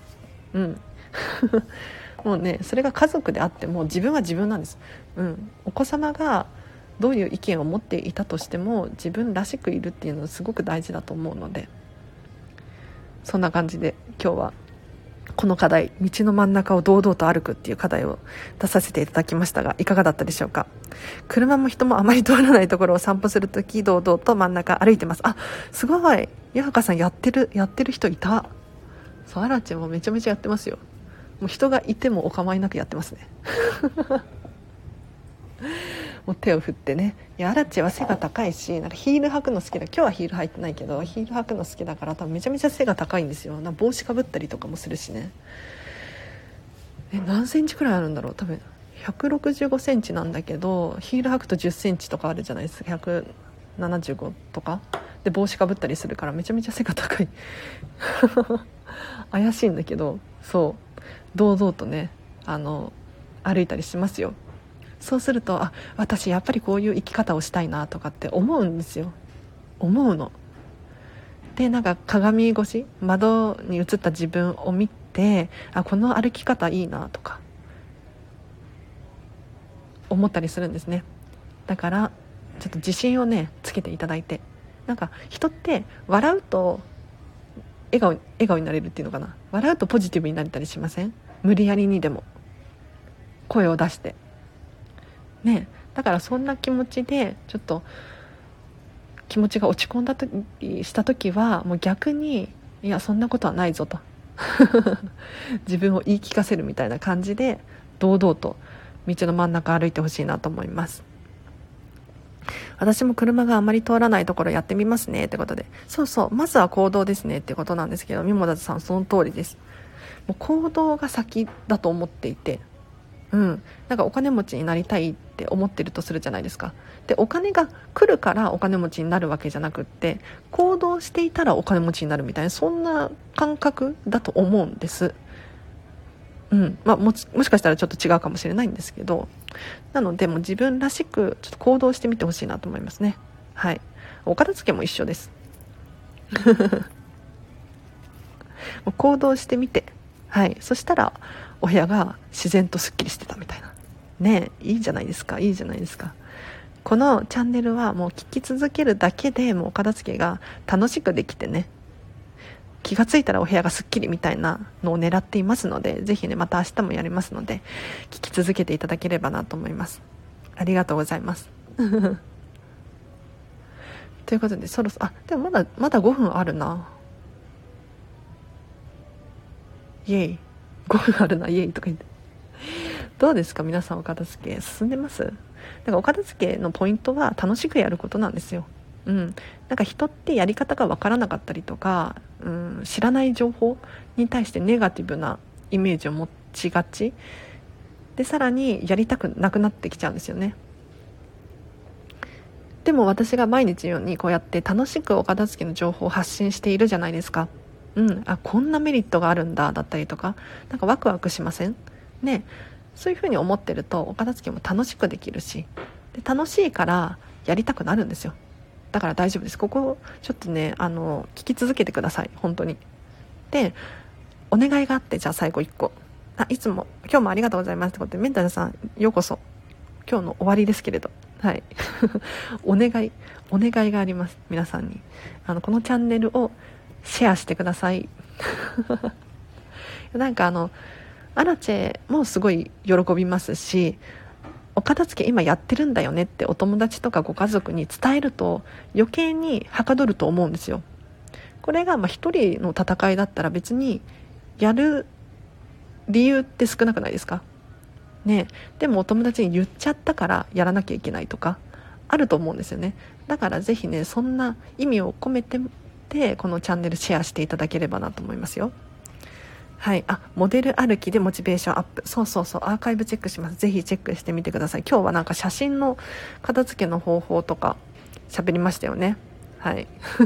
もうねそれが家族であっても自分は自分なんです。お子様がどういう意見を持っていたとしても自分らしくいるっていうのはすごく大事だと思うので、そんな感じで今日はこの課題、道の真ん中を堂々と歩くっていう課題を出させていただきましたが、いかがだったでしょうか。車も人もあまり通らないところを散歩するとき堂々と真ん中歩いてます。あ、すごい、矢はさんやってる人いた。そう、アラチェもめちゃめちゃやってますよ。もう人がいてもお構いなくやってますねもう手を振ってね。いやアラチェは背が高いし、なんかヒール履くの好きだ。今日はヒール履いてないけどヒール履くの好きだから、多分めちゃめちゃ背が高いんですよ。なんか帽子かぶったりとかもするしね。何センチくらいあるんだろう。多分165センチなんだけど、ヒール履くと10センチとかあるじゃないですか。175とかで帽子かぶったりするからめちゃめちゃ背が高い怪しいんだけど、そう堂々とね歩いたりしますよ。そうすると、私やっぱりこういう生き方をしたいなとかって思うんですよ。思うので、なんか鏡越し、窓に映った自分を見て、この歩き方いいなとか思ったりするんですね。だからちょっと自信をねつけていただいて、なんか人って笑うと笑顔になれるっていうのかな。笑うとポジティブになれたりしません？無理やりにでも声を出してね。だからそんな気持ちでちょっと気持ちが落ち込んだした時はもう逆に、いやそんなことはないぞと自分を言い聞かせるみたいな感じで堂々と道の真ん中歩いてほしいなと思います。私も車があまり通らないところやってみますねってことで、そうそう、まずは行動ですねってことなんですけど、ミモダさんその通りです。もう行動が先だと思っていて、なんかお金持ちになりたいって思ってるとするじゃないですか。でお金が来るからお金持ちになるわけじゃなくって、行動していたらお金持ちになるみたいな、そんな感覚だと思うんです。もしかしたらちょっと違うかもしれないんですけど、なのでもう自分らしくちょっと行動してみてほしいなと思いますね。はい。お片付けも一緒ですもう行動してみて、はい、そしたらお部屋が自然とすっきりしてたみたいなね。いいじゃないですか、いいじゃないですか。このチャンネルはもう聞き続けるだけでもうお片付けが楽しくできてね、気がついたらお部屋がすっきりみたいなのを狙っていますので、ぜひねまた明日もやりますので聞き続けていただければなと思います。ありがとうございますということでそろそろでもまだ5分あるな。イエイ、5分あるな、イエイとか言って。どうですか皆さん、お片付け進んでます？だからお片付けのポイントは楽しくやることなんですよ。なんか人ってやり方が分からなかったりとか、知らない情報に対してネガティブなイメージを持ちがちで、さらにやりたくなくなってきちゃうんですよね。でも私が毎日のようにこうやって楽しくお片付けの情報を発信しているじゃないですか。こんなメリットがあるんだだったりとか、なんかワクワクしませんね。そういう風に思ってるとお片付けも楽しくできるし、で楽しいからやりたくなるんですよ。だから大丈夫です。ここちょっとね聞き続けてください、本当に。でお願いがあって、じゃあ最後1個、いつも今日もありがとうございますってことで、メンタルさんようこそ。今日の終わりですけれど、はいお願いがあります。皆さんにこのチャンネルをシェアしてくださいなんかアラチェもすごい喜びますし、お片付け今やってるんだよねってお友達とかご家族に伝えると余計にはかどると思うんですよ。これが一人の戦いだったら別にやる理由って少なくないですかね。でもお友達に言っちゃったからやらなきゃいけないとかあると思うんですよね。だからぜひねそんな意味を込めててこのチャンネルシェアしていただければなと思いますよ。はい、モデル歩きでモチベーションアップ、そうそうそう、アーカイブチェックします。ぜひチェックしてみてください。今日はなんか写真の片付けの方法とか喋りましたよね。はい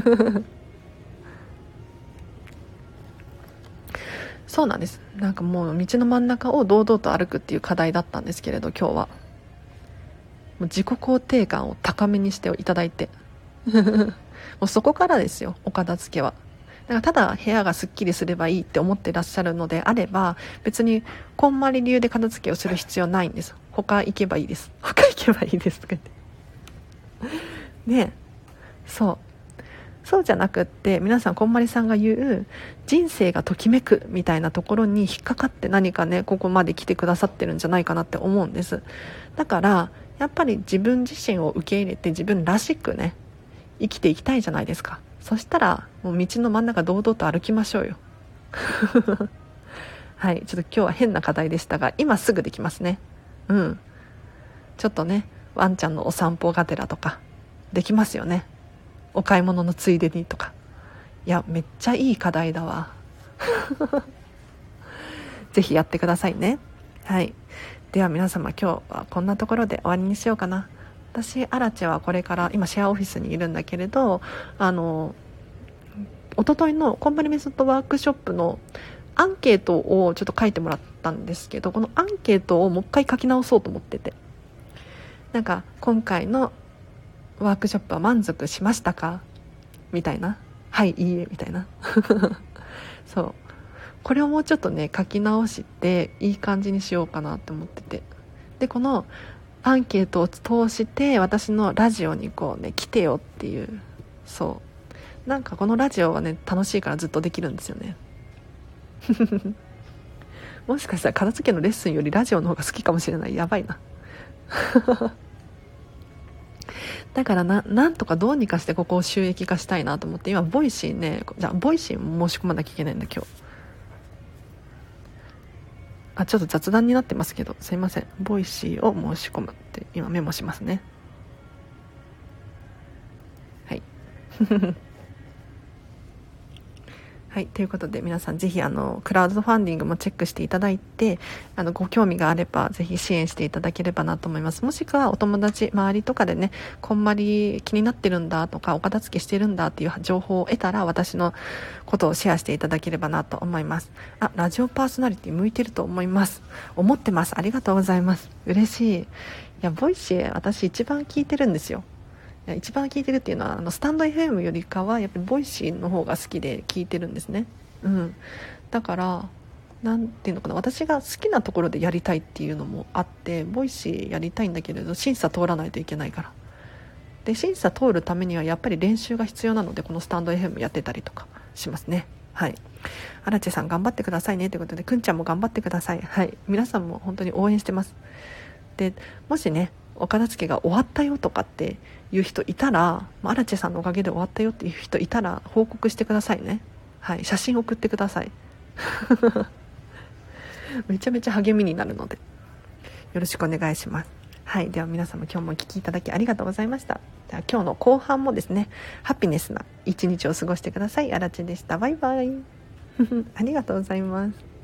そうなんです。なんかもう道の真ん中を堂々と歩くっていう課題だったんですけれど、今日はもう自己肯定感を高めにしていただいてもうそこからですよ、お片付けは。だからただ部屋がすっきりすればいいって思ってらっしゃるのであれば、別にこんまり理由で片付けをする必要ないんです。他行けばいいです、他行けばいいですとか言ってね。そうじゃなくって、皆さんこんまりさんが言う人生がときめくみたいなところに引っかかって何かね、ここまで来てくださってるんじゃないかなって思うんです。だからやっぱり自分自身を受け入れて自分らしくね生きていきたいじゃないですか。そしたらもう道の真ん中堂々と歩きましょうよはい、ちょっと今日は変な課題でしたが、今すぐできますね。ちょっとね、ワンちゃんのお散歩がてらとかできますよね。お買い物のついでにとか。いや、めっちゃいい課題だわぜひやってくださいね。はい、では皆様、今日はこんなところで終わりにしようかな。私アラチェはこれから今シェアオフィスにいるんだけれど、一昨日のコンパニメソッドワークショップのアンケートをちょっと書いてもらったんですけど、このアンケートをもう一回書き直そうと思ってて、なんか今回のワークショップは満足しましたかみたいな、はいいいえみたいなそうこれをもうちょっとね書き直していい感じにしようかなって思ってて、でこのアンケートを通して私のラジオにこうね来てよっていう、そうなんかこのラジオはね楽しいからずっとできるんですよねもしかしたら片付けのレッスンよりラジオの方が好きかもしれない。やばいなだからなんとかどうにかしてここを収益化したいなと思って、今ボイシーね、じゃあボイシーも申し込まなきゃいけないんだ今日。ちょっと雑談になってますけどすいません。ボイシーを申し込むって今メモしますね。はいはい、ということで皆さんぜひクラウドファンディングもチェックしていただいて、ご興味があればぜひ支援していただければなと思います。もしくはお友達周りとかでね、こんまり気になってるんだとかお片付けしてるんだっていう情報を得たら私のことをシェアしていただければなと思います。ラジオパーソナリティ向いてると思ってます。ありがとうございます。嬉しい。いやボイシー私一番聞いてるんですよ。一番聞いてるっていうのはスタンド FM よりかはやっぱりボイシーの方が好きで聞いてるんですね。だからなんていうのかな、私が好きなところでやりたいっていうのもあって、ボイシーやりたいんだけれど審査通らないといけないから、で審査通るためにはやっぱり練習が必要なので、このスタンド FM やってたりとかしますね。はい、アラチェさん頑張ってくださいねということで、くんちゃんも頑張ってください。はい、皆さんも本当に応援してます。でもしねお片付けが終わったよとかっていう人いたら、アラチェさんのおかげで終わったよっていう人いたら報告してくださいね。はい、写真送ってくださいめちゃめちゃ励みになるのでよろしくお願いします。はい、では皆様今日もお聞きいただきありがとうございました。では今日の後半もですねハピネスな一日を過ごしてください。アラチェでした。バイバイありがとうございます。